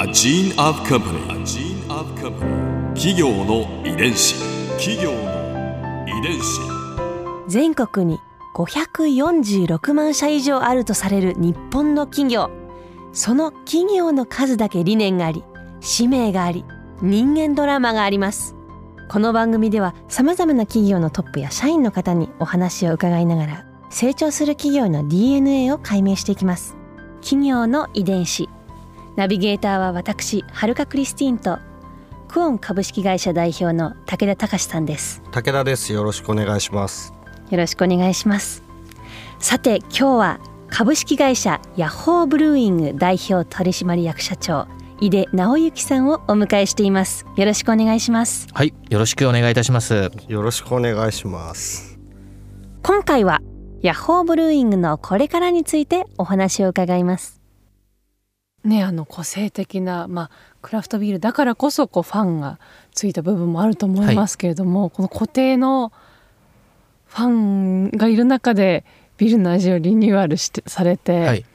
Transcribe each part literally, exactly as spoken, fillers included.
A gene of company. A gene of company. 企業の遺伝子。企業の遺伝子。 全国にごひゃくよんじゅうろくまん社以上あるとされる日本の企業。その企業の数だけ理念があり、使命があり、人間ドラマがあります。この番組では様々な企業のトップや社員の方にお話を伺いながら、成長する企業の ディーエヌエー を解明していきます。企業の遺伝子。ナビゲーターは私、はるかクリスティーンとクオン株式会社代表の武田隆さんです。 武田です。よろしくお願いします。 よろしくお願いします。さて、今日は株式会社ヤッホーブルーイング代表取締役社長井出直之さんをお迎えしています。よろしくお願いします。 はい、よろしくお願いいたします。 よろしくお願いします。 今回はヤッホーブルーイングのこれからについてお話を伺います。 ね、あの個性的な、まあ、クラフトビールだからこそこうファンがついた部分もあると思いますけれども、はい、この固定のファンがいる中でビールの味をリニューアルしてされて、はい、どう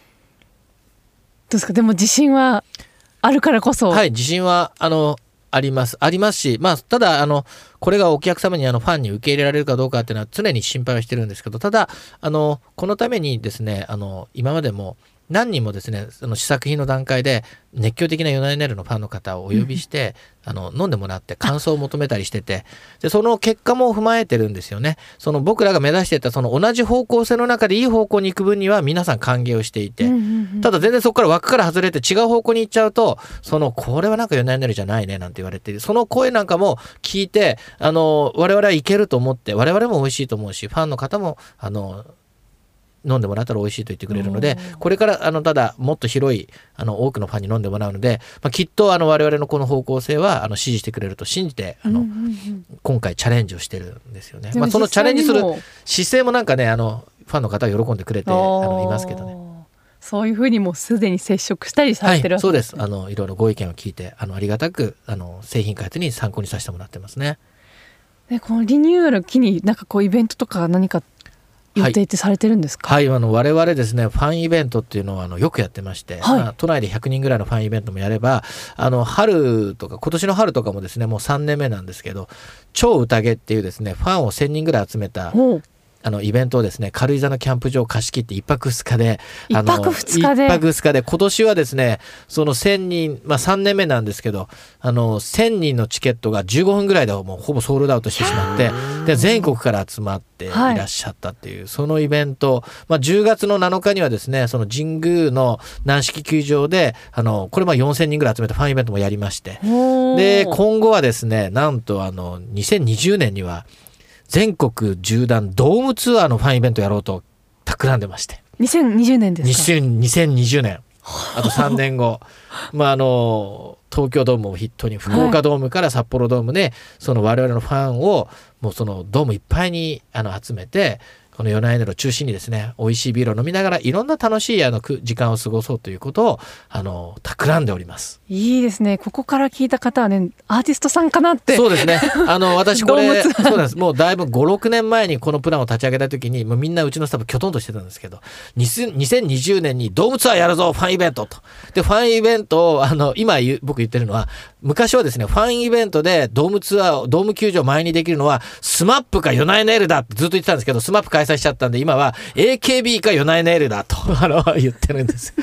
ですか？でも自信はあるからこそ。 はい、自信はあのありますありますし、まあ、ただあのこれがお客様にあのファンに受け入れられるかどうかっていうのは常に心配はしてるんですけど、ただあのこのためにですね、あの今までも何人もですね、その試作品の段階で熱狂的なヨナエネルのファンの方をお呼びして、うん、あの飲んでもらって感想を求めたりしてて、でその結果も踏まえてるんですよね。その僕らが目指していたその同じ方向性の中でいい方向に行く分には皆さん歓迎をしていて、うんうんうん、ただ全然そこから枠から外れて違う方向に行っちゃうと、そのこれはなんかヨナエネルじゃないねなんて言われて、その声なんかも聞いて、あの我々はいけると思って、我々も美味しいと思うし、ファンの方もあの飲んでもらったら美味しいと言ってくれるので、これからあのただもっと広いあの多くのファンに飲んでもらうので、まあ、きっとあの我々のこの方向性はあの支持してくれると信じてあの、うんうんうん、今回チャレンジをしてるんですよね。まあ、そのチャレンジする姿勢もなんかね、あのファンの方は喜んでくれてあのいますけどね。 そういうふうにもうすでに接触したりされてるわけですね。 はい、そうです。あのいろいろご意見を聞いてあのありがたくあの製品開発に参考にさせてもらってますね。 でこのリニューアル機になんかこうイベントとか何か予定ってされてるんですか？ はい、はい、あの我々ですね、ファンイベントっていうのをあのよくやってまして、はい、まあ、都内でひゃくにんぐらいのファンイベントもやれば、あの春とか今年の春とかもですね、もうさんねんめなんですけど、超宴っていうですね、ファンをせんにんぐらい集めたあのイベントをですね、軽井沢のキャンプ場を貸し切っていっぱくふつかでいっぱくふつかでいっぱくふつかで今年はですね、そのせんにん、まあさんねんめなんですけど、あのせんにんのチケットがじゅうごふんぐらいでもうほぼソールドアウトしてしまって、で全国から集まっていらっしゃったっていう、はい、そのイベント、まあ、じゅうがつのなのかにはですね、その神宮の軟式球場であのこれまあよんせんにんぐらい集めたファンイベントもやりまして、で今後はですね、なんとあのにせんにじゅうねんには全国縦断ドームツアーのファンイベントやろうと企んでまして。 にせんにじゅうねんですか？ にせんにじゅうねん、あとさんねんごまああの東京ドームを筆頭に福岡ドームから札幌ドームで、はい、その我々のファンをもうそのドームいっぱいにあの集めて、このヨナエネルを中心にですね、美味しいビールを飲みながらいろんな楽しいあの時間を過ごそうということをあの企んでおります。 いいですね。ここから聞いた方はね、アーティストさんかなって。 そうですね。あの私これそうなんです。もうだいぶごろくねんまえにこのプランを立ち上げた時に、もうみんなうちのスタッフきょとんとしてたんですけど、にせんにじゅうねんにドームツアーやるぞ、ファンイベントと。でファンイベントをあの今言う僕言ってるのは、昔はですね、ファンイベントでドームツアードーム球場前にできるのはスマップかヨナエネルだってずっと言ってたんですけど、スマップ開催しちゃったんで、今は エーケービー かヨナエネルだとあの言ってるんです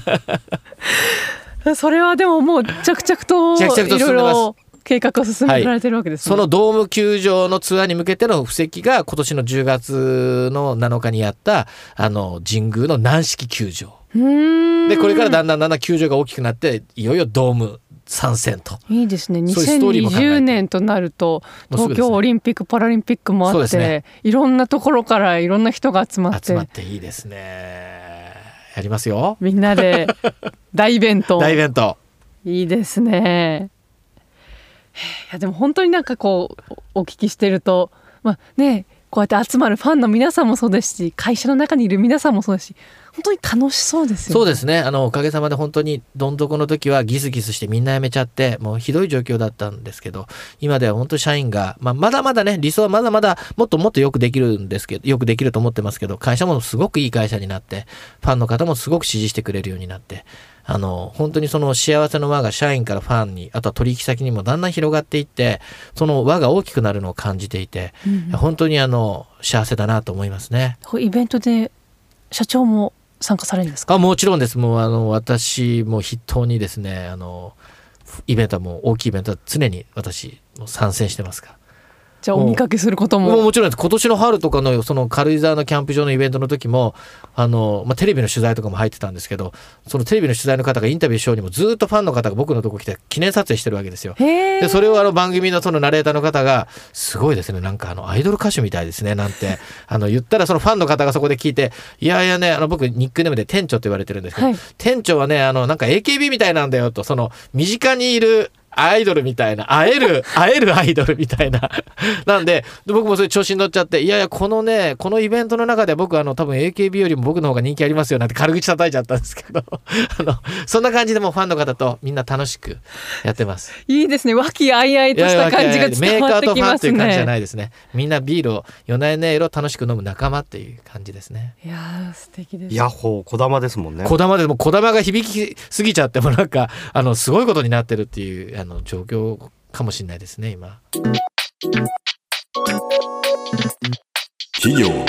それはでももう着々といろいろ計画を進められてるわけですね。 はい、そのドーム球場のツアーに向けての布石が今年のじゅうがつのなのかにやったあの神宮の軟式球場で、これからだんだんだんだん球場が大きくなっていよいよドーム参戦と。 いいですね。にせんにじゅうねんとなると東京オリンピックパラリンピックもあって、ね、いろんなところからいろんな人が集まって集まっていいですね。やりますよ、 みんなで大イベント大イベントいいですね。いやでも本当になんかこうお聞きしてると、まあね、こうやって集まるファンの皆さんもそうですし、会社の中にいる皆さんもそうですし、本当に楽しそうですよね。 そうですね。あのおかげさまで本当にどん底の時はギスギスしてみんな辞めちゃってもうひどい状況だったんですけど、今では本当に社員が、まあ、まだまだね、理想はまだまだもっともっとよくできるんですけど、よくできると思ってますけど、会社もすごくいい会社になって、ファンの方もすごく支持してくれるようになって、 あの本当にその幸せの輪が社員からファンに、あとは取引先にもだんだん広がっていって、その輪が大きくなるのを感じていて、うん、本当にあの幸せだなと思いますね。 イベントで社長も参加されるんですか？ あ、もちろんです。もうあの私も筆頭にですね、あのイベントはもう大きいイベントは常に私も参戦してますから。 じゃあお見かけすることも。 もうもちろんです。今年の春とかのその軽井沢のキャンプ場のイベントの時もあの、まあ、テレビの取材とかも入ってたんですけど、そのテレビの取材の方がインタビューしようにもずっとファンの方が僕のとこ来て記念撮影してるわけですよ。でそれをあの番組のそのナレーターの方がすごいですね、なんかあのアイドル歌手みたいですねなんてあの言ったら、そのファンの方がそこで聞いて、いやいやね、あの僕ニックネームで店長って言われてるんですけど、はい、店長はねあのなんか エーケービー みたいなんだよと、その身近にいるアイドルみたいな、会える会えるアイドルみたいななんで、僕もそれ調子に乗っちゃって、いやいやこのねこのイベントの中で僕あの多分 エーケービー よりも僕の方が人気ありますよなんて軽口叩いちゃったんですけどあのそんな感じでもうファンの方とみんな楽しくやってます。 いいですね、和気あいあいとした感じが伝わってきますね。メーカーとファンっていう感じじゃないですね。みんなビールを夜な夜な夜を楽しく飲む仲間っていう感じですね。 いや素敵です。 ヤッホーこだまですもんね。 こだまでもこだまが響きすぎちゃってもなんかあのすごいことになってるっていうあの状況かもしれないですね今。 企業の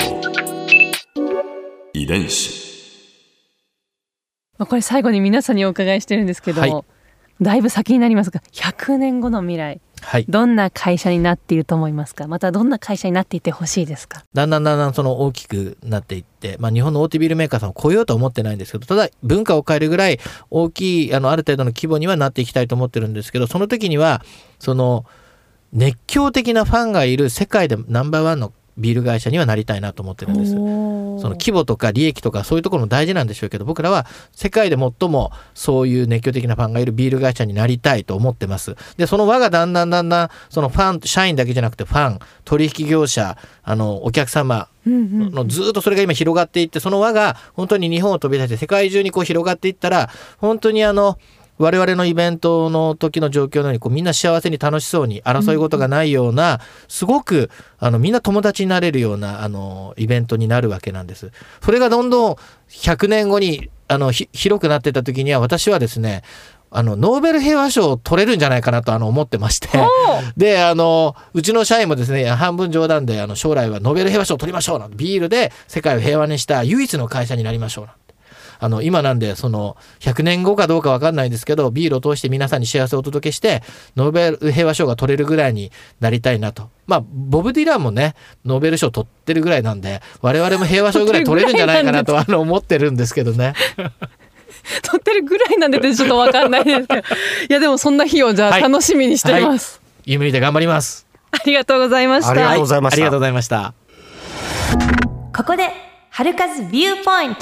遺伝子。 これ最後に皆さんにお伺いしてるんですけど、はい、だいぶ先になりますがひゃくねんごの未来、はい、どんな会社になっていると思いますか？またどんな会社になっていてほしいですか？ だんだんだんだんその大きくなっていって、まあ、日本の大手ビールメーカーさんを超えようとは思ってないんですけど、ただ文化を変えるぐらい大きい あのある程度の規模にはなっていきたいと思ってるんですけど、その時にはその熱狂的なファンがいる世界でナンバーワンのビール会社にはなりたいなと思ってるんです。その規模とか利益とかそういうところも大事なんでしょうけど、僕らは世界で最もそういう熱狂的なファンがいるビール会社になりたいと思ってます。でその輪がだんだんだんだんそのファン社員だけじゃなくてファン取引業者あのお客様のずっとそれが今広がっていって、その輪が本当に日本を飛び出して世界中にこう広がっていったら、本当にあの我々のイベントの時の状況のようにこうみんな幸せに楽しそうに争い事がないような、すごくあのみんな友達になれるようなあのイベントになるわけなんです。それがどんどんひゃくねんごにあのひ広くなってた時には、私はですねあのノーベル平和賞を取れるんじゃないかなとあの思ってまして、であのうちの社員もですね半分冗談であの将来はノーベル平和賞を取りましょうなんて、ビールで世界を平和にした唯一の会社になりましょうなんて、あの今なんでそのひゃくねんごかどうか分かんないんですけど、ビールを通して皆さんに幸せをお届けしてノーベル平和賞が取れるぐらいになりたいなと。まあボブ・ディランもねノーベル賞取ってるぐらいなんで、我々も平和賞ぐらい取れるんじゃないかなとあの思ってるんですけどね取ってるぐらいなんでってちょっと分かんないですけどいやでもそんな日をじゃあ楽しみにしています、 はいはい、夢見て頑張ります。 ありがとうございました。 ありがとうございました、 はい、ありがとうございました。 ここで春風ビューポイント。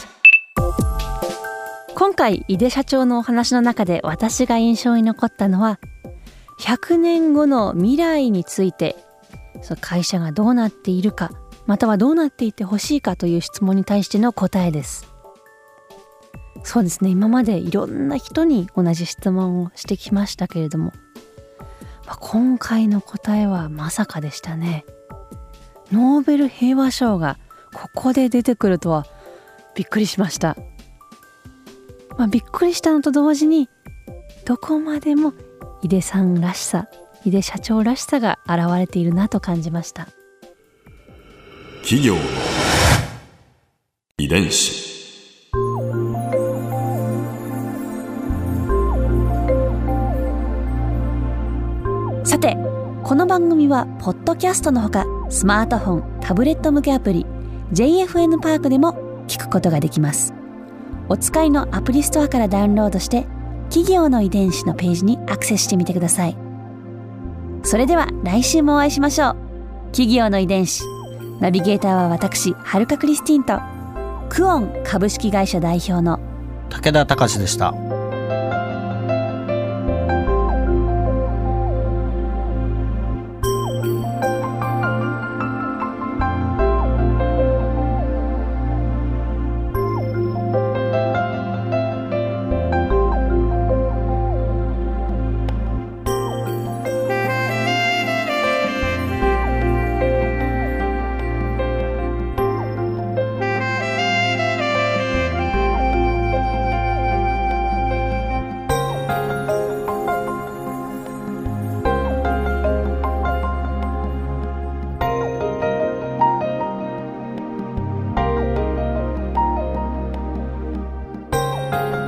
今回井出社長のお話の中で私が印象に残ったのは、ひゃくねんごの未来について、その会社がどうなっているか、またはどうなっていてほしいかという質問に対しての答えです。そうですね、今までいろんな人に同じ質問をしてきましたけれども、まあ、今回の答えはまさかでしたね。ノーベル平和賞がここで出てくるとはびっくりしました。まあ、びっくりしたのと同時に、どこまでも井出さんらしさ、井出社長らしさが現れているなと感じました。 企業の遺伝子。 さて、この番組はポッドキャストのほか、スマートフォン、タブレット向けアプリ ジェイエフエヌ パークでも聞くことができます。お使いのアプリストアからダウンロードして、企業の遺伝子のページにアクセスしてみてください。それでは来週もお会いしましょう。企業の遺伝子。ナビゲーターは私、はるかクリスティンと、クオン株式会社代表の武田隆でした。 ー